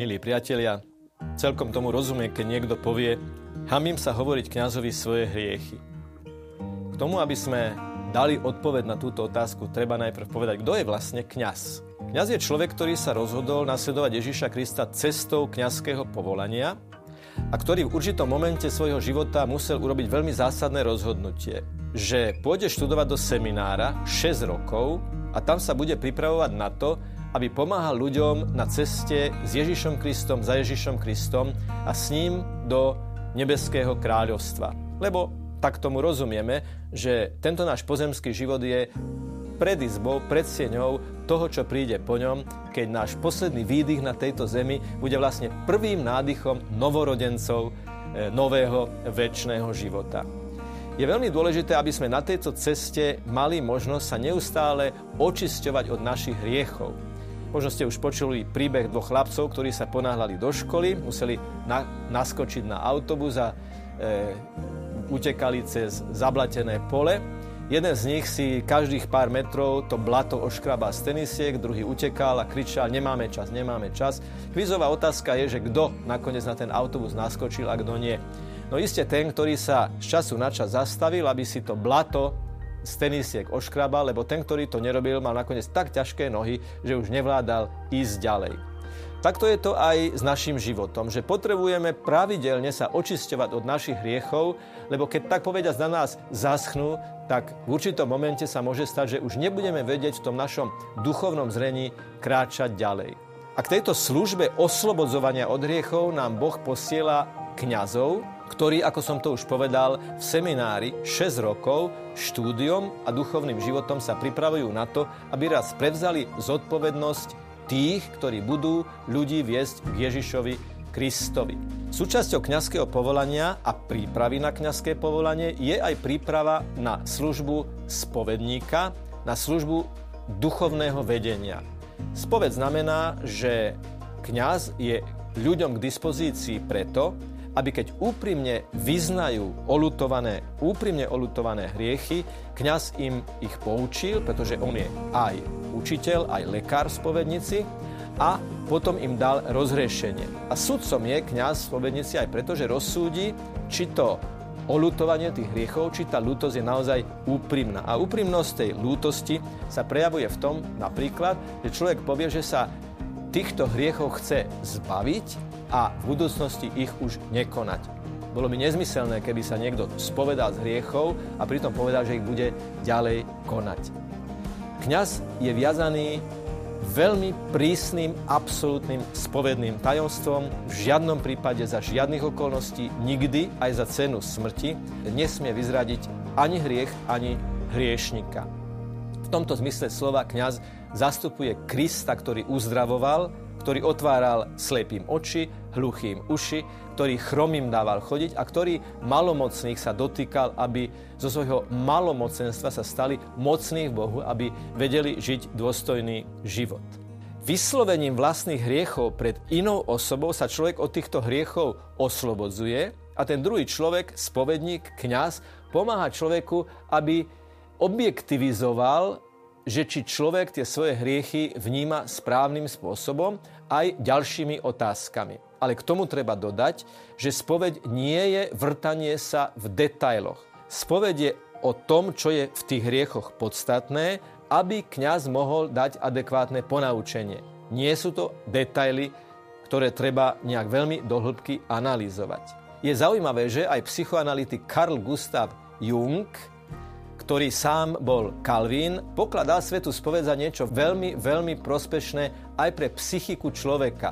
Milí priatelia, celkom tomu rozumiem, keď niekto povie, hanbím sa hovoriť kňazovi svoje hriechy. K tomu, aby sme dali odpoveď na túto otázku, treba najprv povedať, kto je vlastne kňaz. Kňaz je človek, ktorý sa rozhodol nasledovať Ježiša Krista cestou kňazského povolania a ktorý v určitom momente svojho života musel urobiť veľmi zásadné rozhodnutie, že pôjde študovať do seminára 6 rokov a tam sa bude pripravovať na to, aby pomáhal ľuďom na ceste s Ježišom Kristom, za Ježišom Kristom a s ním do nebeského kráľovstva. Lebo tak tomu rozumieme, že tento náš pozemský život je pred izbou, pred sieňou toho, čo príde po ňom, keď náš posledný výdych na tejto zemi bude vlastne prvým nádychom novorodencov nového večného života. Je veľmi dôležité, aby sme na tejto ceste mali možnosť sa neustále očisťovať od našich hriechov. Možno ste už počuli príbeh dvoch chlapcov, ktorí sa ponáhľali do školy, museli naskočiť na autobus a utekali cez zablatené pole. Jeden z nich si každých pár metrov to blato oškrabal z tenisiek, druhý utekal a kričal, nemáme čas, nemáme čas. Kvizová otázka je, že kto nakoniec na ten autobus naskočil a kto nie. No iste ten, ktorý sa z času na čas zastavil, aby si to blato z tenisiek oškrabal, lebo ten, ktorý to nerobil, mal nakoniec tak ťažké nohy, že už nevládal ísť ďalej. Takto je to aj s našim životom, že potrebujeme pravidelne sa očisťovať od našich hriechov, lebo keď tak povediac na nás zaschnú, tak v určitom momente sa môže stať, že už nebudeme vedieť v tom našom duchovnom zrení kráčať ďalej. A k tejto službe oslobodzovania od hriechov nám Boh posiela kňazov, ktorí, ako som to už povedal, v seminári 6 rokov štúdiom a duchovným životom sa pripravujú na to, aby raz prevzali zodpovednosť tých, ktorí budú ľudí viesť k Ježišovi Kristovi. Súčasťou kňazského povolania a prípravy na kňazské povolanie je aj príprava na službu spovedníka, na službu duchovného vedenia. Spoveď znamená, že kňaz je ľuďom k dispozícii preto, aby keď úprimne vyznajú úprimne olutované hriechy, kňaz im ich poučil, pretože on je aj učiteľ, aj lekár v spovednici a potom im dal rozhrešenie. A sudcom je kňaz v spovednici aj preto, že rozsúdi, či to oľutovanie tých hriechov, či tá ľútosť je naozaj úprimná. A úprimnosť tej ľútosti sa prejavuje v tom napríklad, že človek povie, že sa týchto hriechov chce zbaviť a v budúcnosti ich už nekonať. Bolo by nezmyselné, keby sa niekto spovedal z hriechov a pritom povedal, že ich bude ďalej konať. Kňaz je viazaný veľmi prísnym, absolútnym spovedným tajomstvom. V žiadnom prípade za žiadnych okolností, nikdy aj za cenu smrti, nesmie vyzradiť ani hriech, ani hriešnika. V tomto zmysle slova kňaz zastupuje Krista, ktorý uzdravoval, ktorý otváral slepým oči, hluchým uši, ktorý chromým dával chodiť a ktorý malomocných sa dotýkal, aby zo svojho malomocenstva sa stali mocní v Bohu, aby vedeli žiť dôstojný život. Vyslovením vlastných hriechov pred inou osobou sa človek od týchto hriechov oslobodzuje a ten druhý človek, spovedník, kňaz, pomáha človeku, aby objektivizoval, že či človek tie svoje hriechy vníma správnym spôsobom aj ďalšími otázkami. Ale k tomu treba dodať, že spoveď nie je vrtanie sa v detailoch. Spoveď je o tom, čo je v tých hriechoch podstatné, aby kňaz mohol dať adekvátne ponaučenie. Nie sú to detaily, ktoré treba nejak veľmi do hĺbky analyzovať. Je zaujímavé, že aj psychoanalytik Carl Gustav Jung, ktorý sám bol Kalvín, pokladal svätú spoveď za niečo veľmi, veľmi prospešné aj pre psychiku človeka.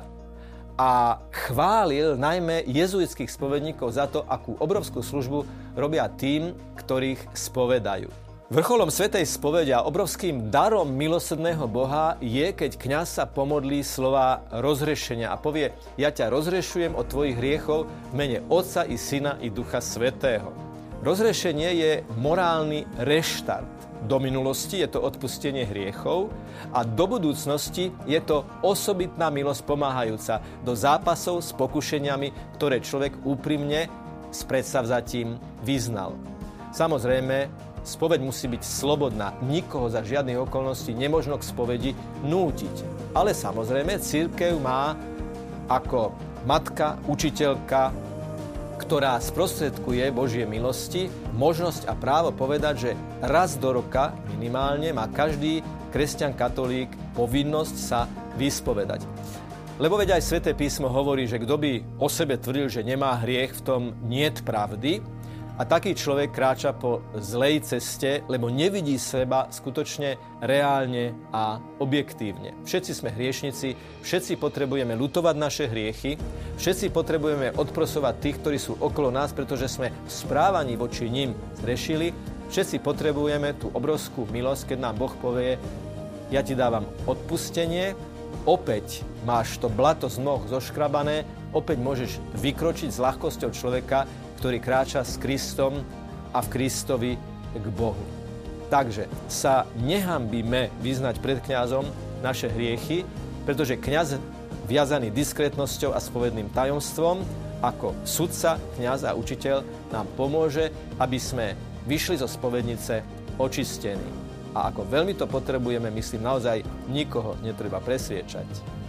A chválil najmä jezuitských spovedníkov za to, akú obrovskú službu robia tým, ktorých spovedajú. Vrcholom svätej spovede a obrovským darom milosrdného Boha je, keď kňaz sa pomodlí slova rozhrešenia a povie: ja ťa rozhrešujem od tvojich hriechov v mene Otca i Syna i Ducha Svätého. Rozhrešenie je morálny reštart. Do minulosti je to odpustenie hriechov a do budúcnosti je to osobitná milosť pomáhajúca do zápasov s pokušeniami, ktoré človek úprimne s predsavzatím vyznal. Samozrejme, spoveď musí byť slobodná. Nikoho za žiadnych okolností nemožno k spovedi nútiť. Ale samozrejme, cirkev má ako matka, učiteľka, ktorá sprostredkuje Božie milosti, možnosť a právo povedať, že raz do roka minimálne má každý kresťan katolík povinnosť sa vyspovedať. Lebo veď aj Sväté písmo hovorí, že kto by o sebe tvrdil, že nemá hriech, v tom niet pravdy. A taký človek kráča po zlej ceste, lebo nevidí seba skutočne reálne a objektívne. Všetci sme hriešnici, všetci potrebujeme ľutovať naše hriechy, všetci potrebujeme odprosovať tých, ktorí sú okolo nás, pretože sme v správaní voči nim zrešili. Všetci potrebujeme tú obrovskú milosť, keď nám Boh povie: ja ti dávam odpustenie, opäť máš to blato z noh zoškrabané, opäť môžeš vykročiť s ľahkosťou človeka, ktorý kráča s Kristom a v Kristovi k Bohu. Takže sa nehanbíme vyznať pred kňazom naše hriechy, pretože kňaz viazaný diskrétnosťou a spovedným tajomstvom ako sudca, kňaz a učiteľ nám pomôže, aby sme vyšli zo spovednice očistení. A ako veľmi to potrebujeme, myslím, naozaj nikoho netreba presviečať.